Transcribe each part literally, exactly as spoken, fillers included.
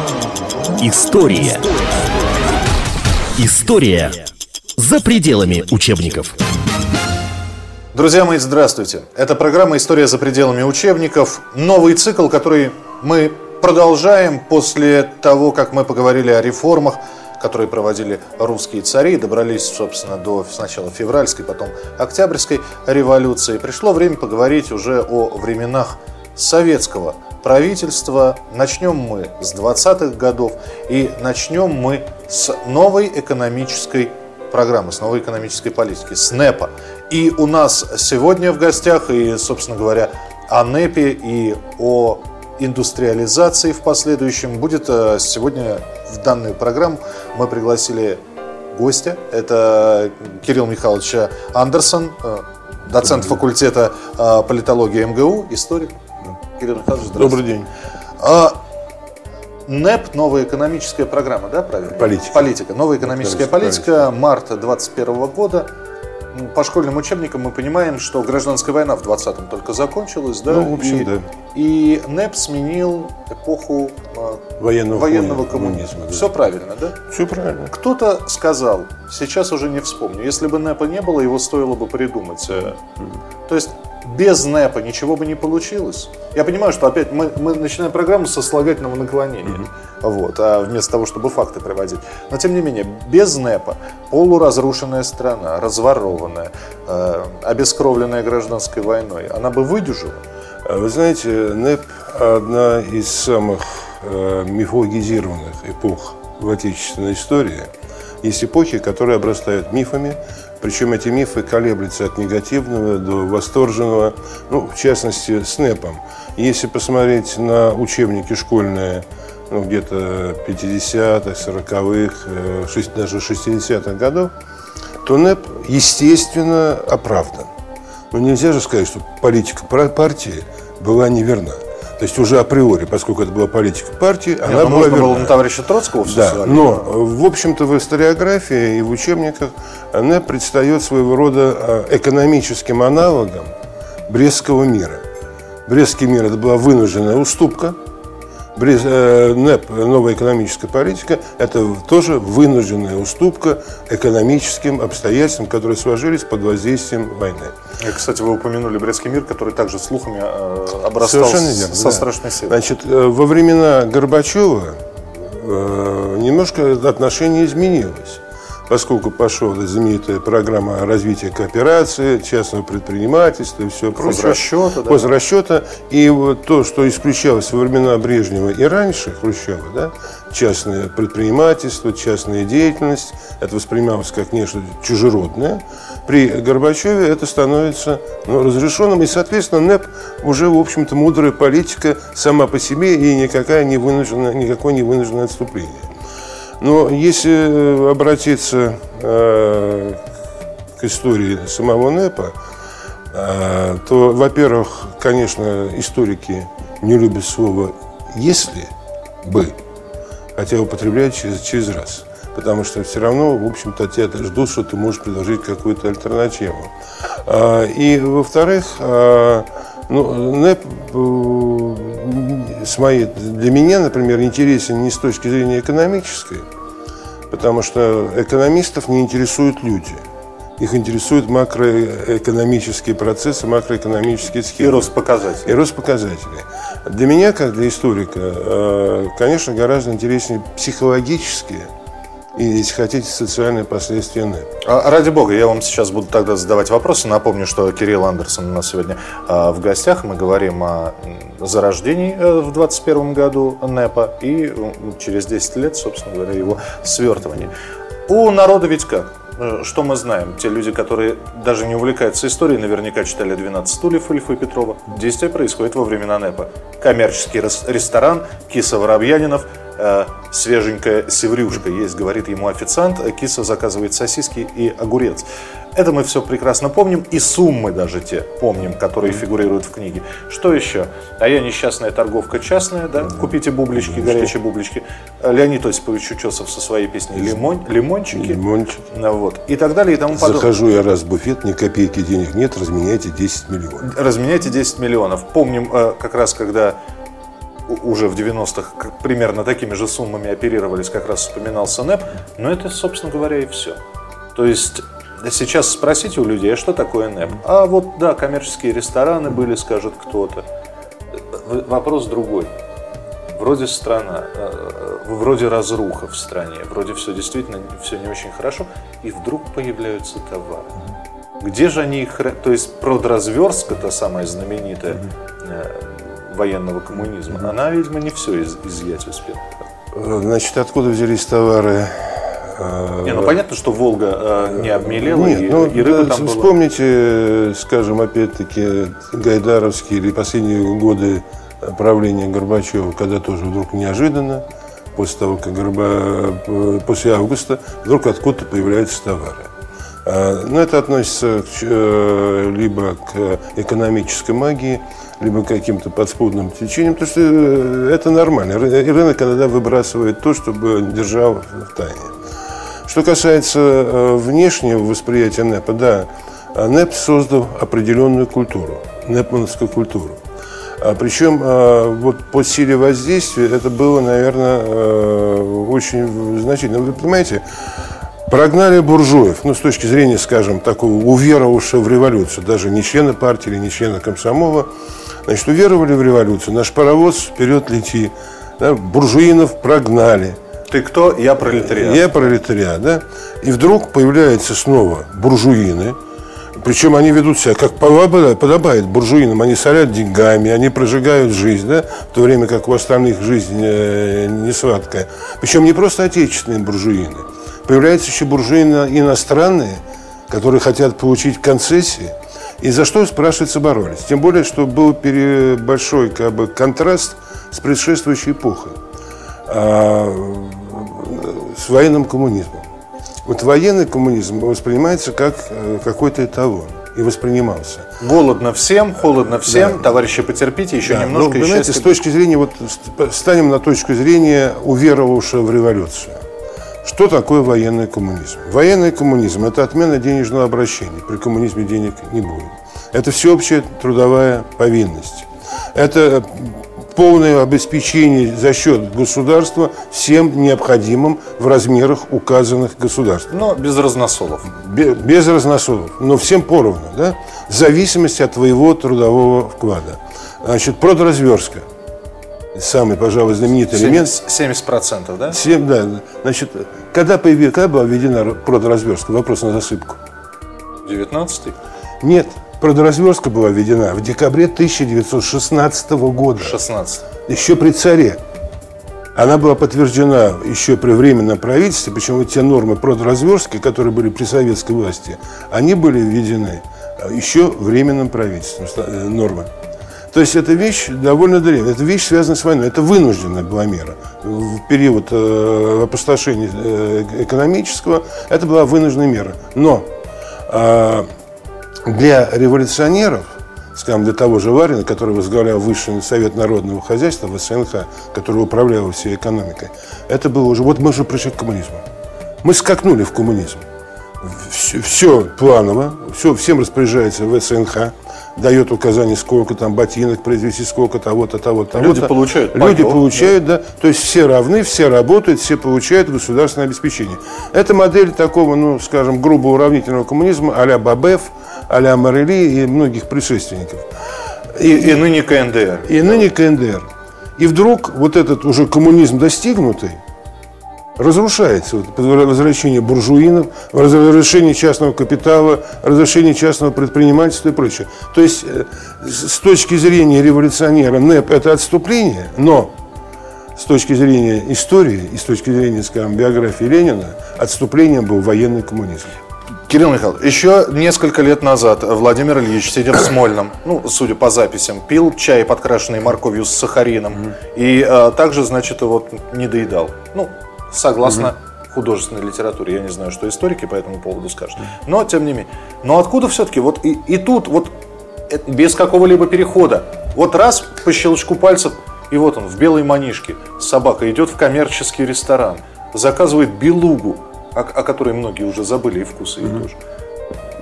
История. История за пределами учебников. Друзья мои, здравствуйте. Это программа «История за пределами учебников». Новый цикл, который мы продолжаем после того, как мы поговорили о реформах, которые проводили русские цари, добрались, собственно, до сначала февральской, потом октябрьской революции. Пришло время поговорить уже о временах советского правительства. Начнем мы с двадцатых годов и начнем мы с новой экономической программы, с новой экономической политики, с НЭПа. И у нас сегодня в гостях, и, собственно говоря, о НЭПе и о индустриализации в последующем будет сегодня в данную программу мы пригласили гостя. Это Кирилл Михайлович Андерсон, доцент факультета политологии эм гэ у, историк. Кирилл Михайлович, здравствуйте. Добрый день. НЭП, новая экономическая программа, да, правильно? Политика. Политика. Новая экономическая политика, марта двадцать первого года. По школьным учебникам мы понимаем, что гражданская война в двадцатом только закончилась, да? Ну, в общем, и, да. И НЭП сменил эпоху военного, военного коммунизма. коммунизма. Да. Все правильно, да? Все правильно. Кто-то сказал, сейчас уже не вспомню, если бы НЭПа не было, его стоило бы придумать. Mm-hmm. То есть без НЭПа ничего бы не получилось. Я понимаю, что опять мы, мы начинаем программу со сослагательного наклонения, mm-hmm. вот, а вместо того, чтобы факты приводить. Но тем не менее, без НЭПа полуразрушенная страна, разворованная, э, обескровленная гражданской войной, она бы выдержала? Вы знаете, НЭП одна из самых э, мифологизированных эпох в отечественной истории. Есть эпохи, которые обрастают мифами. Причем эти мифы колеблются от негативного до восторженного, ну, в частности, с НЭПом. Если посмотреть на учебники школьные, ну, где-то пятидесятых, сороковых, даже шестидесятых годов, то НЭП, естественно, оправдан. Но нельзя же сказать, что политика партии была неверна. То есть уже априори, поскольку это была политика партии, Нет, она была верна. Было на товарища Троцкого все да, но, в общем-то, в историографии и в учебниках НЭП предстает своего рода экономическим аналогом Брестского мира. Брестский мир – это была вынужденная уступка. Брест, э, НЭП, новая экономическая политика, это тоже вынужденная уступка экономическим обстоятельствам, которые сложились под воздействием войны. И, кстати, вы упомянули Брестский мир, который также слухами э, обрастал Совершенно с, верно, со да. страшной силой. Значит, э, во времена Горбачева э, немножко отношение изменилось, поскольку пошла знаменитая программа развития кооперации, частного предпринимательства и все прочее. Хозрасчета, да. Хозрасчета. И вот то, что исключалось во времена Брежнева и раньше, Хрущева, да, частное предпринимательство, частная деятельность, это воспринималось как нечто чужеродное. При Горбачеве это становится ну, разрешенным, и, соответственно, НЭП уже, в общем-то, мудрая политика сама по себе и никакая не вынужденная, никакое не вынужденное отступление. Но если обратиться э, к истории самого НЭПа, э, то, во-первых, конечно, историки не любят слово «если бы», хотя употребляют через, через раз. Потому что все равно, в общем-то, от тебя ждут, что ты можешь предложить какую-то альтернативу. А, и, во-вторых, а, ну, НЭП с моей, для меня, например, интересен не с точки зрения экономической, потому что экономистов не интересуют люди. Их интересуют макроэкономические процессы, макроэкономические схемы. И рост показателей. И рост показателей. Для меня, как для историка, конечно, гораздо интереснее психологические и, если хотите, социальные последствия НЭП. А, ради бога, я вам сейчас буду тогда задавать вопросы. Напомню, что Кирилл Андерсон у нас сегодня а, в гостях. Мы говорим о зарождении а, в двадцать первом году НЭПа и а, через десять лет, собственно говоря, его свертывании. У народа ведь как? Что мы знаем? Те люди, которые даже не увлекаются историей, наверняка читали «двенадцать стульев» Ильфа и Петрова. Действие происходит во времена НЭПа. Коммерческий ресторан, киса Воробьянинов, э, свеженькая севрюшка есть, говорит ему официант, киса заказывает сосиски и огурец. Это мы все прекрасно помним, и суммы даже те помним, которые фигурируют в книге. Что еще? А я несчастная торговка частная, да? Купите бублички, горячие бублички. Леонид Осипович Утесов со своей песней «Лимон, «Лимончики». Лимончики. Вот. И так далее, и тому подобное. Захожу я раз в буфет, ни копейки денег нет, разменяйте десять миллионов. Разменяйте десять миллионов. Помним, как раз когда уже в девяностых примерно такими же суммами оперировались, как раз вспоминался НЭП, но это, собственно говоря, и все. То есть сейчас спросите у людей, а что такое НЭП? А вот, да, коммерческие рестораны были, скажет кто-то. Вопрос другой. Вроде страна, вроде разруха в стране, вроде все действительно все не очень хорошо, и вдруг появляются товары. Где же они их... То есть продразверстка, та самая знаменитая, военного коммунизма, она, видимо, не все из, изъять успела. Значит, откуда взялись товары? Не, ну понятно, что Волга э, не обмелела, Нет, и, ну, и рыба там была. Вспомните, скажем, опять-таки, гайдаровские или последние годы правления Горбачева, когда тоже вдруг неожиданно, после того, как Горба... после августа, вдруг откуда-то появляются товары. Но это относится к, либо к экономической магии, либо к каким-то подспудным течениям, потому что это нормально. Рынок иногда выбрасывает то, чтобы держал в тайне. Что касается внешнего восприятия НЭПа, да, НЭП создал определенную культуру, нэпмановскую культуру. Причем вот по силе воздействия это было, наверное, очень значительно. Вы понимаете, прогнали буржуев, ну, с точки зрения, скажем, такого уверовавшего в революцию, даже не члена партии или не члена комсомола, значит, уверовали в революцию, наш паровоз вперед лети, да, буржуинов прогнали. Ты кто? Я пролетариат. Я пролетариат, да. И вдруг появляются снова буржуины, причем они ведут себя как подобает буржуинам, они солят деньгами, они прожигают жизнь, да, в то время как у остальных жизнь не сладкая. Причем не просто отечественные буржуины. Появляются еще буржуины иностранные, которые хотят получить концессии. И за что, спрашивается, боролись. Тем более, что был большой как бы, контраст с предшествующей эпохой, а, с военным коммунизмом. Вот военный коммунизм воспринимается как какой-то эталон. И воспринимался. Голодно всем, холодно всем, да. Товарищи, потерпите, еще да. немножко. Но, понимаете, счастья... с точки зрения, вот, станем на точку зрения уверовавшего в революцию. Что такое военный коммунизм? Военный коммунизм – это отмена денежного обращения. При коммунизме денег не будет. Это всеобщая трудовая повинность. Это полное обеспечение за счет государства всем необходимым в размерах, указанных государством. Но без разносолов. Без, без разносолов, но всем поровну, да? В зависимости от твоего трудового вклада. Значит, продразверстка. Самый, пожалуй, знаменитый элемент. семьдесят процентов, да? семь, да. Значит, когда, появилась, когда была введена продразверстка? Вопрос на засыпку. девятнадцатый? Нет. Продразверстка была введена в декабре тысяча девятьсот шестнадцатого года. шестнадцатый. Еще при царе. Она была подтверждена еще при Временном правительстве, причем вот те нормы продразверстки, которые были при советской власти, они были введены еще Временным правительством, нормы. То есть эта вещь довольно древняя, эта вещь связана с войной, это вынужденная была мера. В период э, опустошения э, экономического это была вынужденная мера. Но э, для революционеров, скажем, для того же Варина, который возглавлял Высший совет народного хозяйства, ВСНХ, который управлял всей экономикой, это было уже, вот мы же пришли к коммунизму. Мы скакнули в коммунизм. Все, все планово, все, всем распоряжается ВСНХ, дает указания, сколько там ботинок произвести, сколько того-то, того-то, того-то. Люди получают. Люди пойдет, получают, да. да. То есть все равны, все работают, все получают государственное обеспечение. Это модель такого, ну, скажем, грубо уравнительного коммунизма а-ля Бабеф, а-ля Марели и многих предшественников. И, и, и ныне КНДР. И ныне КНДР. И вдруг вот этот уже коммунизм достигнутый разрушается. Вот, возвращение буржуинов, разрушение частного капитала, разрушение частного предпринимательства и прочее. То есть с точки зрения революционера НЭП это отступление, но с точки зрения истории и с точки зрения, скажем, биографии Ленина, отступлением был военный коммунизм. Кирилл Михайлович, еще несколько лет назад Владимир Ильич, сидя в Смольном, ну, судя по записям, пил чай, подкрашенный морковью с сахарином, mm-hmm. и а, также, значит, вот не доедал. Ну, согласно mm-hmm. художественной литературе. Я не знаю, что историки по этому поводу скажут. Но, тем не менее. Но откуда все-таки? Вот и, и тут, вот без какого-либо перехода, вот раз по щелчку пальцев, и вот он в белой манишке собака идет в коммерческий ресторан, заказывает белугу, о, о которой многие уже забыли и вкусы, mm-hmm. и тоже.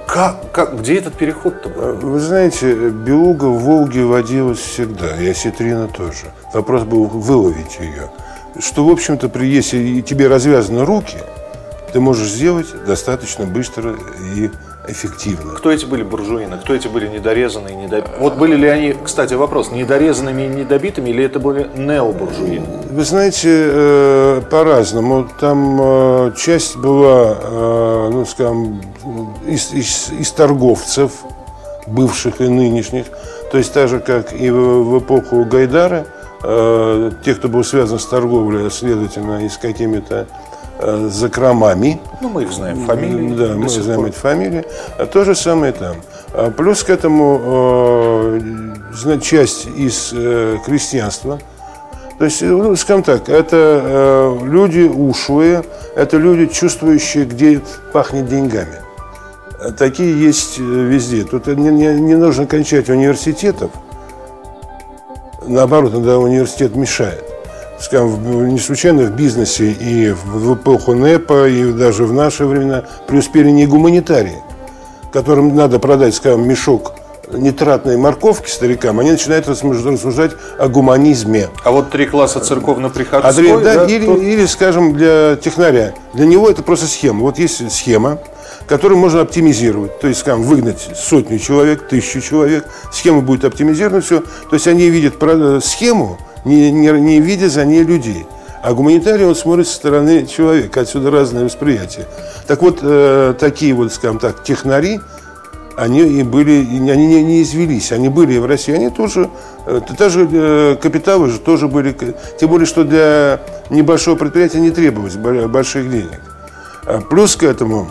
Как, как, где этот переход-то был? Вы знаете, белуга в Волге водилась всегда, и осетрина тоже. Вопрос был выловить ее. Что, в общем-то, при, если тебе развязаны руки, ты можешь сделать достаточно быстро и эффективно. Кто эти были буржуины? Кто эти были недорезанные, недобитые? Вот были ли они, кстати, вопрос, недорезанными и недобитыми, или это были необуржуины? Вы знаете, э, по-разному. Там э, часть была, э, ну, скажем, из, из, из торговцев, бывших и нынешних. То есть так же, как и в, в эпоху Гайдара, э, тех, кто был связан с торговлей, следовательно, и с какими-то э, закромами. Ну, мы их знаем, фамилии. Да, мы знаем эти фамилии. А то же самое там. А плюс к этому э, часть из э, крестьянства. То есть, ну, скажем так, это э, люди ушлые, это люди, чувствующие, где пахнет деньгами. Такие есть везде. Тут не, не, не нужно кончать университетов. Наоборот, иногда университет мешает. Скажем, не случайно в бизнесе и в эпоху НЭПа, и даже в наши времена преуспели не гуманитарии, которым надо продать, скажем, мешок нитратной морковки старикам, они начинают рассуждать о гуманизме. А вот три класса церковно-приходской, а, да, да, или, тут... или, скажем, для технаря. Для него это просто схема. Вот есть схема, которую можно оптимизировать. То есть, скажем, выгнать сотню человек, тысячу человек. Схема будет оптимизирована, все. То есть они видят схему, не, не, не видя за ней людей. А гуманитарий, он смотрит со стороны человека. Отсюда разное восприятие. Так вот, э, такие вот, скажем так, технари, они и были, они не, не извелись, они были и в России, они тоже, даже э, капиталы же тоже были, тем более, что для небольшого предприятия не требовалось больших денег. Плюс к этому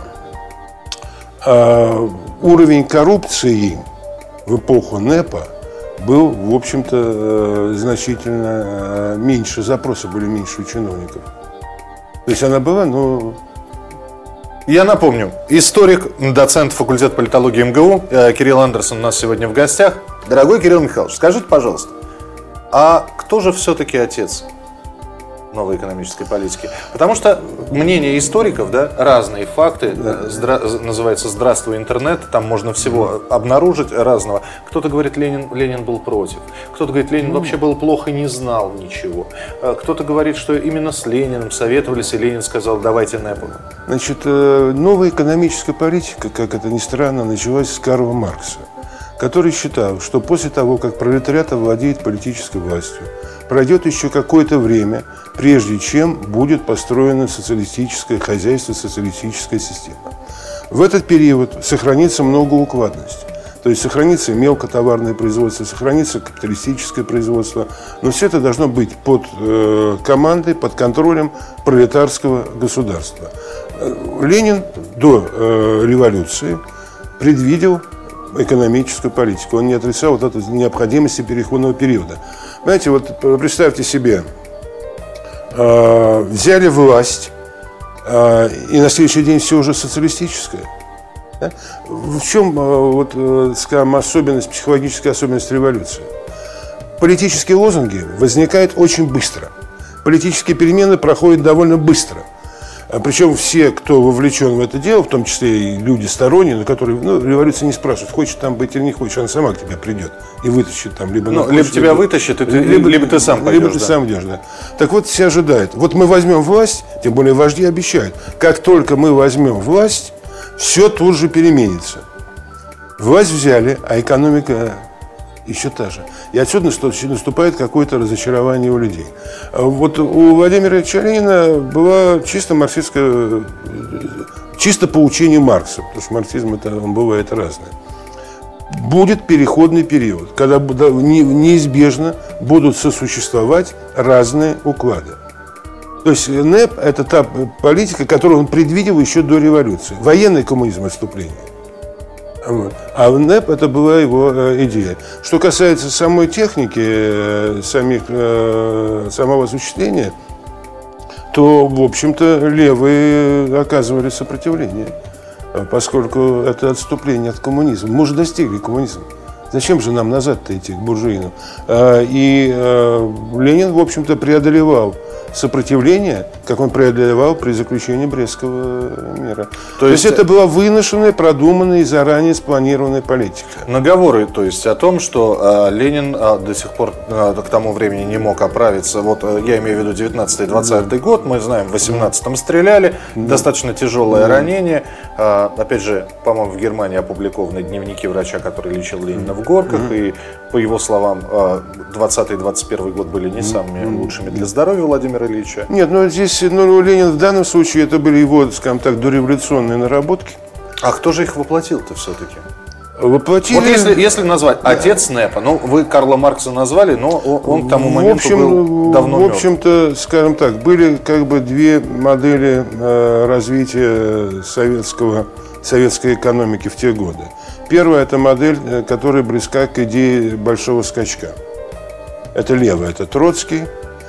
э, уровень коррупции в эпоху НЭПа был, в общем-то, э, значительно э, меньше, запросы были меньше у чиновников. То есть она была, но... Я напомню, историк, доцент факультета политологии МГУ Кирилл Андерсон у нас сегодня в гостях. Дорогой Кирилл Михайлович, скажите, пожалуйста, а кто же все-таки отец новой экономической политики? Потому что мнения историков, да, разные факты, да. здра... называется «Здравствуй, интернет», там можно всего обнаружить разного. Кто-то говорит, Ленин, Ленин был против, кто-то говорит, Ленин вообще был плох и не знал ничего, кто-то говорит, что именно с Лениным советовались, и Ленин сказал, давайте НЭПу. Значит, новая экономическая политика, как это ни странно, началась с Карла Маркса, который считал, что после того, как пролетариат овладеет политической властью, пройдет еще какое-то время, прежде чем будет построено социалистическое хозяйство, социалистическая система. В этот период сохранится многоукладность. То есть сохранится мелкотоварное производство, сохранится капиталистическое производство. Но все это должно быть под э, командой, под контролем пролетарского государства. Ленин до э, революции предвидел экономическую политику. Он не отрицал вот эту необходимости переходного периода. Знаете, вот представьте себе, э, взяли власть, э, и на следующий день все уже социалистическое. Да? В чем, э, вот, э, скажем, особенность, психологическая особенность революции? Политические лозунги возникают очень быстро. Политические перемены проходят довольно быстро. Причем все, кто вовлечен в это дело, в том числе и люди сторонние, но которые, ну, революция не спрашивает, хочешь там быть или не хочешь, она сама к тебе придет и вытащит там, либо, ну, либо тебя либо, вытащит, и ты, либо, либо ты сам пойдешь. Либо ты да. сам идешь, да. Так вот, все ожидают. Вот мы возьмем власть, тем более вожди обещают, как только мы возьмем власть, все тут же переменится. Власть взяли, а экономика еще та же. И отсюда наступает какое-то разочарование у людей. Вот у Владимира Ильича Ленина была чисто марксистская, чисто по учению Маркса, потому что марксизм это, он бывает разный. Будет переходный период, когда неизбежно будут сосуществовать разные уклады. То есть НЭП – это та политика, которую он предвидел еще до революции. Военный коммунизм отступления. Вот. А в НЭП это была его э, идея. Что касается самой техники, э, самих, э, самого осуществления, то, в общем-то, левые оказывали сопротивление, поскольку это отступление от коммунизма. Мы уже достигли коммунизма. Зачем же нам назад-то идти к буржуинам? И Ленин, в общем-то, преодолевал сопротивление, как он преодолевал при заключении Брестского мира. То, то есть, есть это была выношенная, продуманная и заранее спланированная политика. Наговоры, то есть, о том, что э, Ленин э, до сих пор э, к тому времени не мог оправиться. Вот э, я имею в виду девятнадцатый-двадцатый год, мы знаем, в восемнадцатом стреляли, да. достаточно тяжелое да. ранение. Э, опять же, по-моему, в Германии опубликованы дневники врача, который лечил Ленина в Горках, да. и по его словам, э, двадцатый-двадцать первый год были не самыми да. лучшими для здоровья Владимира Ильича. Нет, ну здесь ну, Ленин в данном случае это были его, скажем так, дореволюционные наработки. А кто же их воплотил-то все-таки? Воплотили... Вот если, если назвать да. отец НЭПа, ну вы Карла Маркса назвали, но он к тому моменту в общем, был давно В общем-то, скажем так, были как бы две модели э, развития советского, советской экономики в те годы. Первая – это модель, которая близка к идее большого скачка. Это левая, это Троцкий.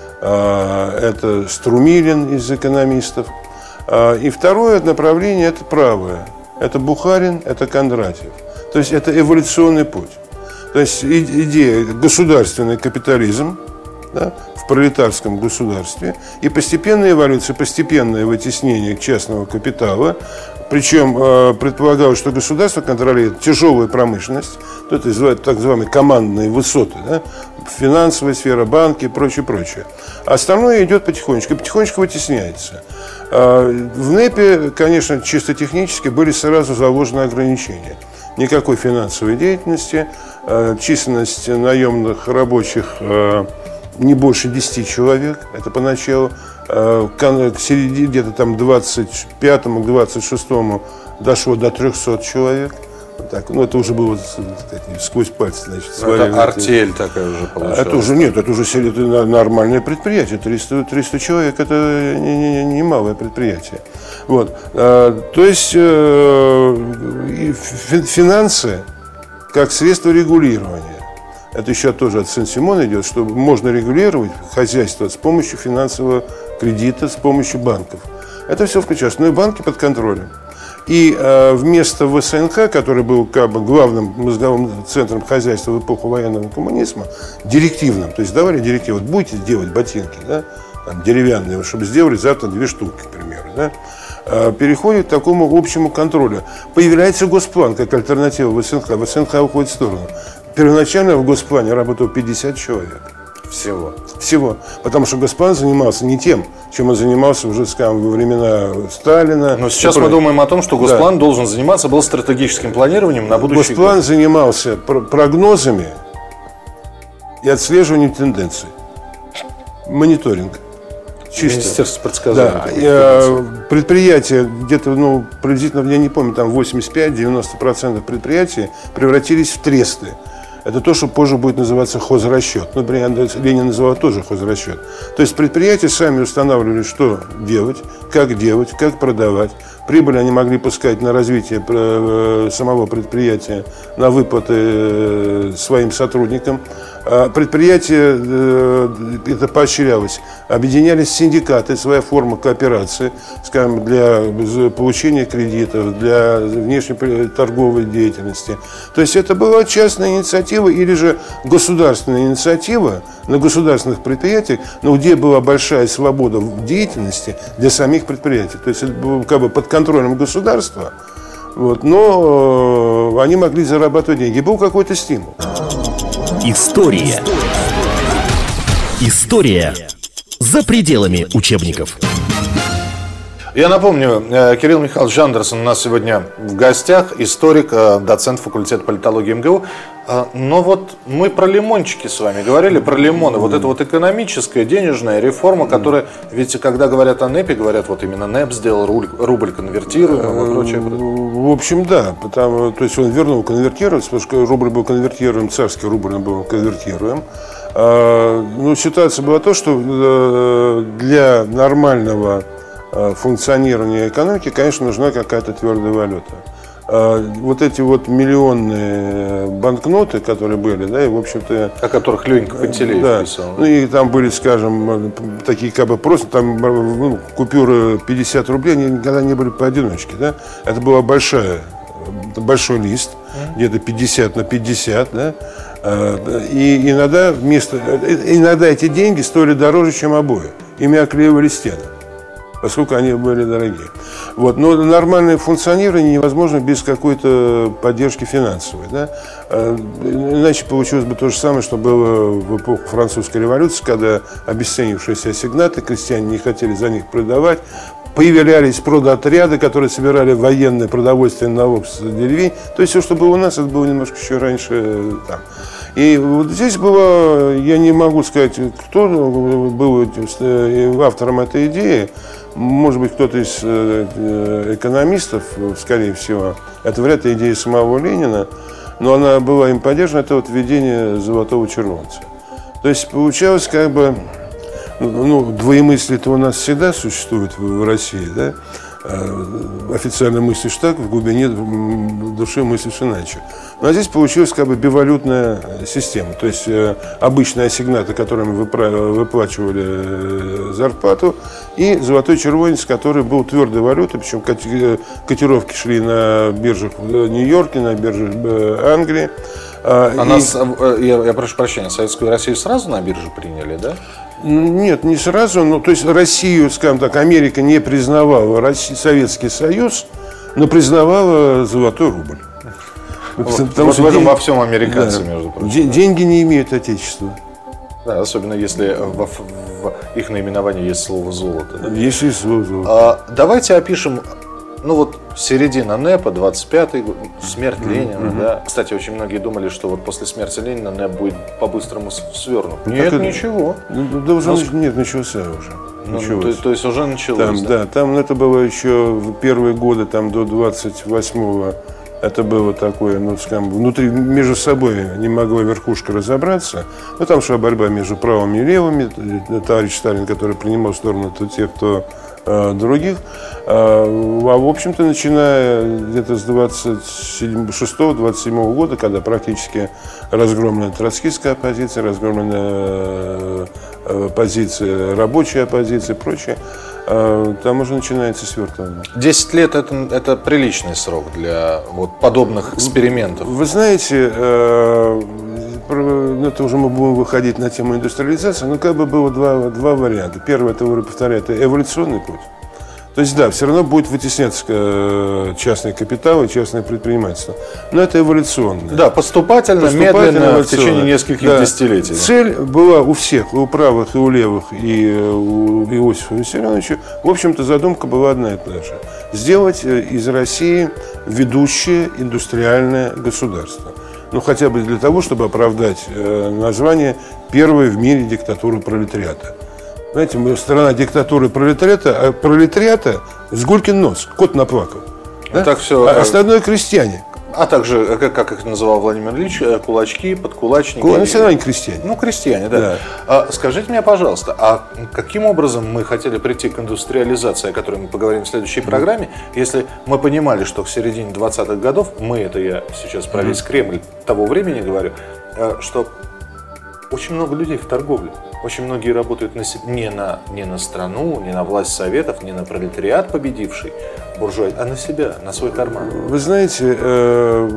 Это Струмилин из экономистов. И второе направление – это правое. Это Бухарин, это Кондратьев. То есть это эволюционный путь. То есть идея государственный капитализм, да, в пролетарском государстве и постепенная эволюция, постепенное вытеснение частного капитала. Причем э, предполагалось, что государство контролирует тяжелую промышленность, то это называют так называемые командные высоты, да, финансовая сфера, банки и прочее, прочее. А остальное идет потихонечку, и потихонечку вытесняется. Э, в НЭПе, конечно, чисто технически были сразу заложены ограничения. Никакой финансовой деятельности, э, численность наемных рабочих э, не больше десяти человек, это поначалу. К середине, где-то там двадцать пятому, двадцать шестому дошло до трехсот человек. Так, ну, это уже было, так сказать, сквозь пальцы, значит, это артель такая уже получилась. Это уже нет, это уже это нормальное предприятие. триста, триста человек – это не, не, не малое предприятие. Вот. То есть финансы как средство регулирования. Это еще тоже от Сен-Симона идет, что можно регулировать хозяйство с помощью финансового кредита, с помощью банков. Это все включается. Ну и банки под контролем. И э, вместо ВСНХ, который был как бы главным мозговым центром хозяйства в эпоху военного коммунизма, директивным, то есть давали директивы, вот будете делать ботинки, да, там, деревянные, чтобы сделали завтра две штуки, к примеру, да, э, переходит к такому общему контролю. Появляется Госплан как альтернатива ВСНХ. ВСНХ уходит в сторону. Первоначально в Госплане работало пятьдесят человек. Всего. Всего. Потому что Госплан занимался не тем, чем он занимался уже, скажем, во времена Сталина. Но сейчас мы думаем о том, что Госплан да. должен заниматься был стратегическим планированием на будущее. Госплан занимался прогнозами и отслеживанием тенденций. Мониторинг. Чисто. Министерство предсказаний. Да. Предприятия, где-то, ну, приблизительно, я не помню, там восемьдесят пять - девяносто процентов предприятий превратились в тресты. Это то, что позже будет называться хозрасчет. Ну, Ленин называл тоже хозрасчет. То есть предприятия сами устанавливали, что делать, как делать, как продавать. Прибыль они могли пускать на развитие самого предприятия, на выплаты своим сотрудникам. Предприятия, это поощрялось, объединялись синдикаты, своя форма кооперации, скажем, для получения кредитов, для внешней торговой деятельности. То есть это была частная инициатива или же государственная инициатива на государственных предприятиях, но где была большая свобода в деятельности для самих предприятий. То есть это было как бы под контролем государства, вот, но э, они могли зарабатывать деньги. Был какой-то стимул. История. История за пределами учебников. Я напомню, Кирилл Михайлович Андерсон у нас сегодня в гостях, историк, доцент факультета политологии МГУ. Но вот мы про лимончики с вами говорили, про лимоны. Вот это вот экономическая, денежная реформа, которая, ведь когда говорят о НЭПе, говорят, вот именно НЭП сделал рубль, рубль конвертируемым и прочее. В общем, да, потому, то есть он вернул конвертировать, потому что рубль был конвертируем, царский рубль был конвертируем. Но ситуация была то, что для нормального функционирования экономики, конечно, нужна какая-то твердая валюта. Вот эти вот миллионные банкноты, которые были, да, и, в общем-то... О которых Ленька Пантелеев да, писал. Ну, и там были, скажем, такие как бы просто, там, ну, купюры пятьдесят рублей, они никогда не были поодиночке, да. Это была большая, большой лист. где-то пятьдесят на пятьдесят, да? И иногда, вместо, иногда эти деньги стоили дороже, чем обои. Ими оклеивали стены, поскольку они были дорогие. Вот. Но нормальное функционирование невозможно без какой-то поддержки финансовой. Да? Иначе получилось бы то же самое, что было в эпоху французской революции, когда обесценившиеся ассигнаты, крестьяне не хотели за них продавать, появлялись продотряды, которые собирали военное продовольствие на налог с деревень. То есть все, что было у нас, это было немножко еще раньше там. И вот здесь было, я не могу сказать, кто был автором этой идеи. Может быть, кто-то из экономистов, скорее всего. Это вряд ли идея самого Ленина, но она была им поддержана. Это вот введение золотого червонца. То есть получалось как бы, ну, двоемыслие-то у нас всегда существует в России, да? Официально мыслишь так, в глубине души мыслишь иначе. Но здесь получилась как бы бивалютная система. То есть э, обычные ассигнаты, которыми выплачивали зарплату, и золотой червонец, который был твердой валютой, причем котировки шли на биржах в Нью-Йорке, на биржах Англии. А и... нас, я, я прошу прощения, Советскую Россию сразу на биржу приняли, да? Нет, не сразу. Ну, то есть Россию, скажем так, Америка не признавала Россия, Советский Союз, но признавала золотой рубль. Вот, Потому вот что в этом день... во всем американцы, да, между прочим. Деньги не имеют отечества. Да, особенно если в, в, в их наименовании есть слово «золото». Да? Есть и слово «золото». А, давайте опишем, ну вот, середина НЭПа, двадцать пятый год, смерть mm-hmm. Ленина. Mm-hmm. Да? Кстати, очень многие думали, что вот после смерти Ленина НЭП будет по-быстрому свернут. Ну, нет, это... ничего. Да уже ну, нет, начался уже. Ну, то, то есть уже началось, там, да? Да, там это было еще в первые годы, там до двадцать восьмого. Это было такое, ну, скажем, внутри, между собой не могла верхушка разобраться. Но там шла борьба между правыми и левыми. Товарищ Сталин, который принимал сторону то тех, то э, других. А, а, в общем-то, начиная где-то с двадцать шестого — двадцать седьмого года, когда практически разгромлена троцкистская оппозиция, разгромлена э, позиция, рабочая оппозиция и прочее, там уже начинается свертывание. Десять лет это, это приличный срок для вот подобных экспериментов. Вы знаете, э, это уже мы будем выходить на тему индустриализации, но как бы было два, два варианта. Первый, это, повторяю, это эволюционный путь. То есть, да, все равно будет вытесняться частный капитал и частное предпринимательство. Но это эволюционно. Да, поступательно, поступательно медленно, в течение нескольких да. десятилетий. Цель была у всех, и у правых, и у левых, и у Иосифа Виссарионовича. В общем-то, задумка была одна и та же. Сделать из России ведущее индустриальное государство. Ну, хотя бы для того, чтобы оправдать название первой в мире диктатуры пролетариата. Знаете, мы страна диктатуры пролетариата, а пролетариата с Гулькин нос, кот наплакал. Да? Так все, а остальное крестьяне. А также, как, как их называл Владимир Ильич, кулачки, подкулачники. Ну, все равно не крестьяне. Ну, крестьяне, да. да. А, скажите мне, пожалуйста, а каким образом мы хотели прийти к индустриализации, о которой мы поговорим в следующей программе, если мы понимали, что к середине двадцатых годов, мы, это я сейчас про весь Кремль того времени говорю, что очень много людей в торговле. Очень многие работают на, не, на, не на страну, не на власть советов, не на пролетариат победивший буржуа, а на себя, на свой карман. Вы знаете, э,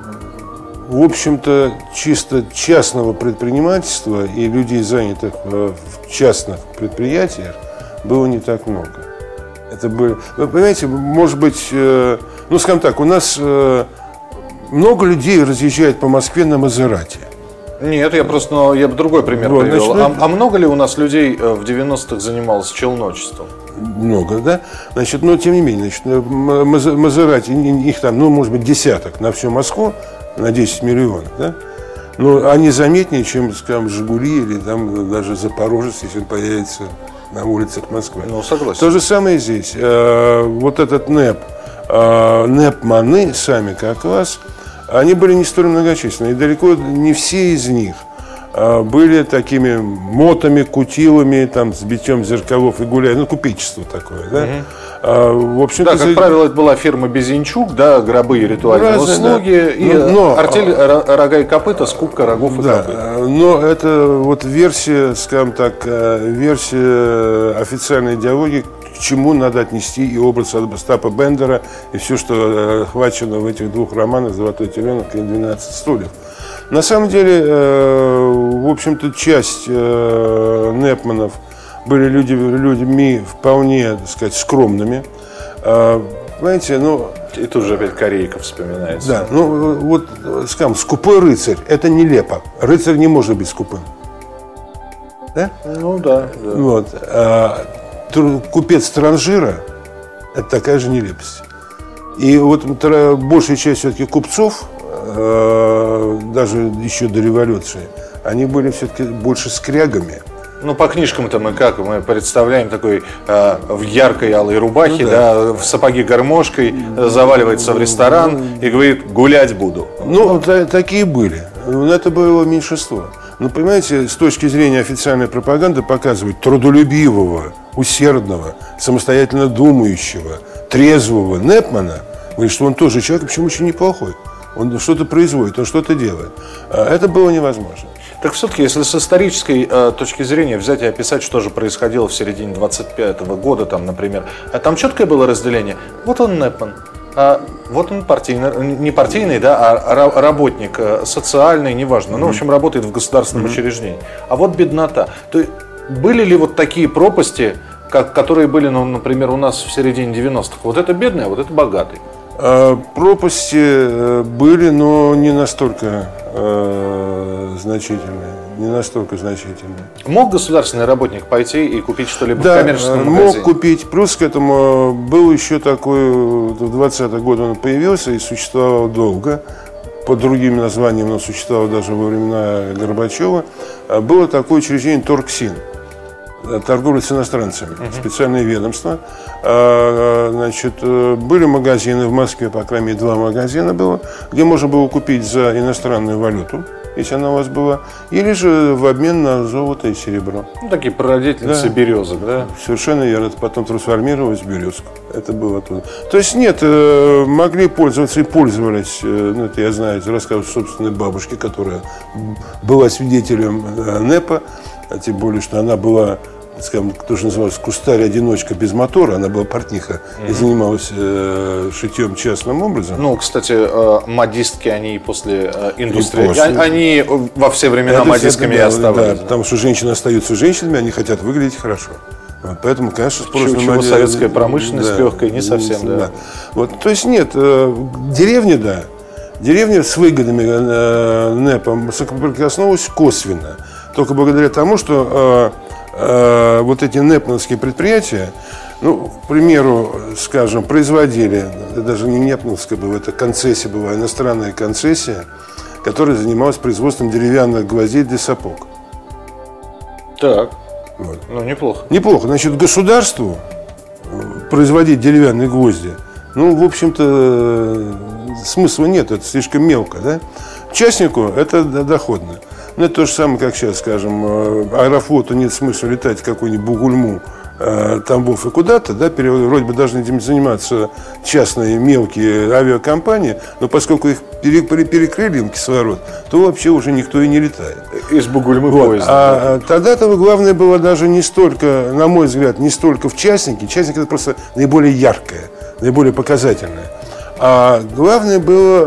в общем-то, чисто частного предпринимательства и людей, занятых в частных предприятиях, было не так много. Это были, вы понимаете, может быть, э, ну, скажем так, у нас э, много людей разъезжает по Москве на Мазерати. Нет, я просто, ну, я бы другой пример вот, привел. Значит, а, а много ли у нас людей в девяностых занималось челночеством? Много, да. Значит, но тем не менее, значит, Мазерати, их там, ну, может быть, десяток на всю Москву, на десять миллионов, да. Но они заметнее, чем, скажем, Жигули или там даже Запорожец, если он появится на улицах Москвы. Ну, согласен. То же самое здесь. Вот этот НЭП, НЭП-маны сами как класс, они были не столь многочисленны, и далеко не все из них а, были такими мотами, кутилами, там, с битьем зеркалов и гуляя, ну, купечество такое, да. Угу. А, в общем-то, да, как за... правило, это была фирма Безенчук, да, гробы и ритуальные Разные, услуги, да. и но, но, артель, рога и копыта, скупка рогов и да, копыт. Но это вот версия, скажем так, версия официальной идеологии, к чему надо отнести и образ Остапа Бендера, и все, что охвачено в этих двух романах «Золотой теленок» и «двенадцать стульев». На самом деле, в общем-то, часть Непманов были люди, людьми вполне, так сказать, скромными. Понимаете, ну... И тут же опять Корейка вспоминается. Да, ну вот, скажем, скупой рыцарь – это нелепо. Рыцарь не может быть скупым. Да? Ну да. да. Вот. А, купец транжира – это такая же нелепость. И вот большая часть все-таки купцов, даже еще до революции, они были все-таки больше скрягами. Ну, по книжкам-то мы как? Мы представляем такой э, в яркой алой рубахе, ну, да. Да, в сапоги гармошкой, заваливается в ресторан и говорит: гулять буду. Ну, та, такие были. Но это было меньшинство. Но, понимаете, с точки зрения официальной пропаганды показывать трудолюбивого, усердного, самостоятельно думающего, трезвого Непмана, говорит, что он тоже человек, причем очень неплохой. Он что-то производит, он что-то делает. Это было невозможно. Так все-таки, если с исторической э, точки зрения взять и описать, что же происходило в середине двадцать пятого года, там, например, там четкое было разделение. Вот он Непман, а вот он партийный, не партийный, да, а работник, э, социальный, неважно, mm-hmm. ну, в общем, работает в государственном mm-hmm. учреждении. А вот беднота. То есть, были ли вот такие пропасти, как, которые были, ну, например, у нас в середине девяностых? Вот это бедный, а вот это богатый. Пропасти были, но не настолько э, значительные. Не настолько значительные. Мог государственный работник пойти и купить что-либо да, в коммерческом магазине? Мог купить. Плюс к этому был еще такой, в двадцатых годах он появился и существовал долго. Под другими названиями он существовал даже во времена Горбачева. Было такое учреждение Торгсин. Торговля с иностранцами, uh-huh. специальное ведомство. А, значит, были магазины в Москве, по крайней мере, два магазина было, где можно было купить за иностранную валюту, если она у вас была, или же в обмен на золото и серебро. Ну, такие прародительницы да. березок, да? Совершенно верно. Это потом трансформировалось в березку. Это было оттуда. То есть нет, могли пользоваться и пользовались, ну, это я знаю из рассказов собственной бабушки, которая была свидетелем НЭПа, а тем более, что она была, скажем, то, что называлось кустарь-одиночка без мотора, она была портниха mm-hmm. и занималась э, шитьем частным образом. Ну, кстати, э, модистки, они после э, индустрии, после. Они во все времена это модистками и оставались. Да, да, потому что женщины остаются женщинами, они хотят выглядеть хорошо. Вот, поэтому, конечно, спрос на модель... советская промышленность да, легкая, не совсем, да. да. Вот, то есть нет, э, деревня, да, деревня с выгодами э, НЭПа соприкоснулась косвенно. Только благодаря тому, что э, э, вот эти непмановские предприятия, ну, к примеру, скажем, производили, это даже не непмановская была, это концессия была, иностранная концессия, которая занималась производством деревянных гвоздей для сапог. Так, вот. Ну, неплохо. Неплохо. Значит, государству производить деревянные гвозди, ну, в общем-то, смысла нет, это слишком мелко, да? Частнику это доходно. Ну, это то же самое, как сейчас, скажем, Аэрофлоту нет смысла летать в какую-нибудь Бугульму, Тамбов и куда-то, да, вроде бы должны этим заниматься частные мелкие авиакомпании, но поскольку их перекрыли им кислород, то вообще уже никто и не летает. Из Бугульмы вот. поезда. А тогда-то главное было даже не столько, на мой взгляд, не столько в частнике, частник это просто наиболее яркое, наиболее показательное. А главное было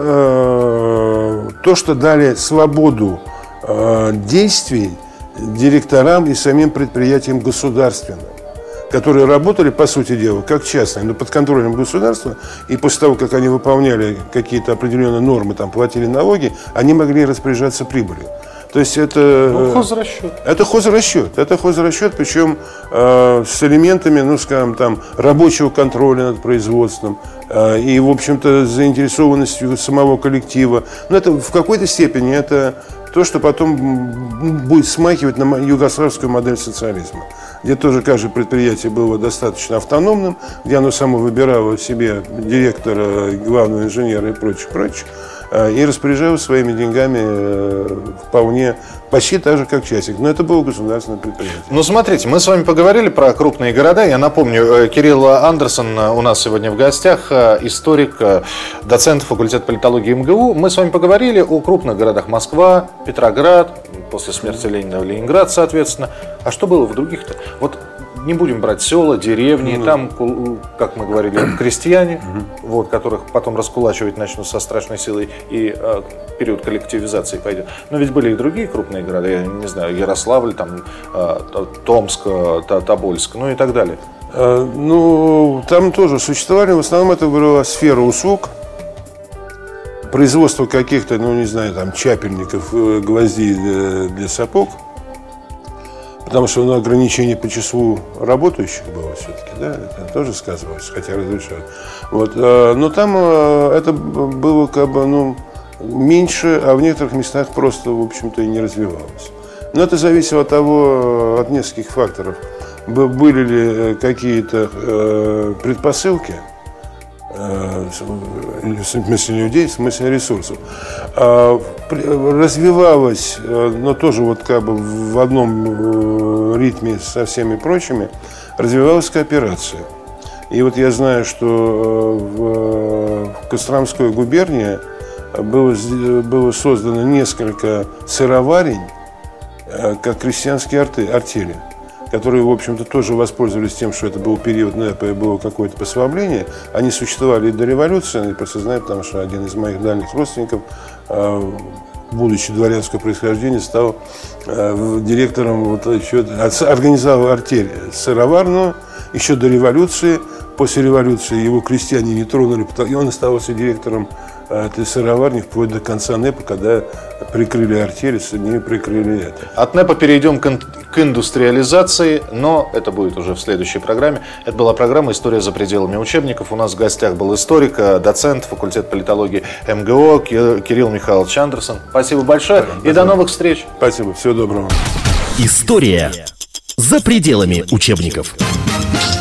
э, то, что дали свободу действий директорам и самим предприятиям государственным, которые работали, по сути дела, как частные, но под контролем государства, и после того, как они выполняли какие-то определенные нормы, там, платили налоги, они могли распоряжаться прибылью. То есть это... Ну, хозрасчет. Это хозрасчет. Это хозрасчет, причем э, с элементами, ну, скажем, там, рабочего контроля над производством э, и, в общем-то, заинтересованностью самого коллектива. Но это в какой-то степени это то, что потом будет смахивать на югославскую модель социализма, где тоже каждое предприятие было достаточно автономным, где оно само выбирало себе директора, главного инженера и прочих, прочих, и распоряжалось своими деньгами вполне, почти так же, как частник. Но это было государственное предприятие. Ну, смотрите, мы с вами поговорили про крупные города. Я напомню, Кирилл Андерсон у нас сегодня в гостях, историк, доцент факультета политологии МГУ. Мы с вами поговорили о крупных городах: Москва, Петроград, после смерти Ленина Ленинград, соответственно. А что было в других-то? Вот не будем брать села, деревни, mm-hmm. там, как мы говорили, крестьяне, mm-hmm. вот, которых потом раскулачивать начнут со страшной силой, и э, период коллективизации пойдет. Но ведь были и другие крупные города, я не знаю, Ярославль, там, э, Томск, э, Тобольск, ну и так далее. А, ну, там тоже существовали, в основном это была сфера услуг, производство каких-то, ну, не знаю, там, чапельников, гвоздей для, для сапог. Потому что ну, ограничение по числу работающих было все-таки, да, это тоже сказывалось, хотя разрешают. Вот, но там это было как бы, ну, меньше, а в некоторых местах просто, в общем-то, и не развивалось. Но это зависело от того, от нескольких факторов. Были ли какие-то предпосылки, в смысле людей, в смысле ресурсов. Развивалась, но тоже вот как бы в одном ритме со всеми прочими, развивалась кооперация. И вот я знаю, что в Костромской губернии было, было создано несколько сыроварень, как крестьянские артели, которые, в общем-то, тоже воспользовались тем, что это был период НЭПа и было какое-то послабление. Они существовали и до революции, я просто знаю, потому что один из моих дальних родственников, будучи дворянского происхождения, стал директором, вот, еще, организовал артель сыроварную еще до революции. После революции его крестьяне не тронули, и он оставался директором этой сыроварни вплоть до конца НЭПа, когда прикрыли артели, с ними прикрыли это. От НЭПа перейдем к, к индустриализации, но это будет уже в следующей программе. Это была программа «История за пределами учебников». У нас в гостях был историк, доцент, факультет политологии эм гэ о Кирилл Михайлович Андерсон. Спасибо большое, да, и до новых встреч. Спасибо, всего доброго. История за пределами учебников.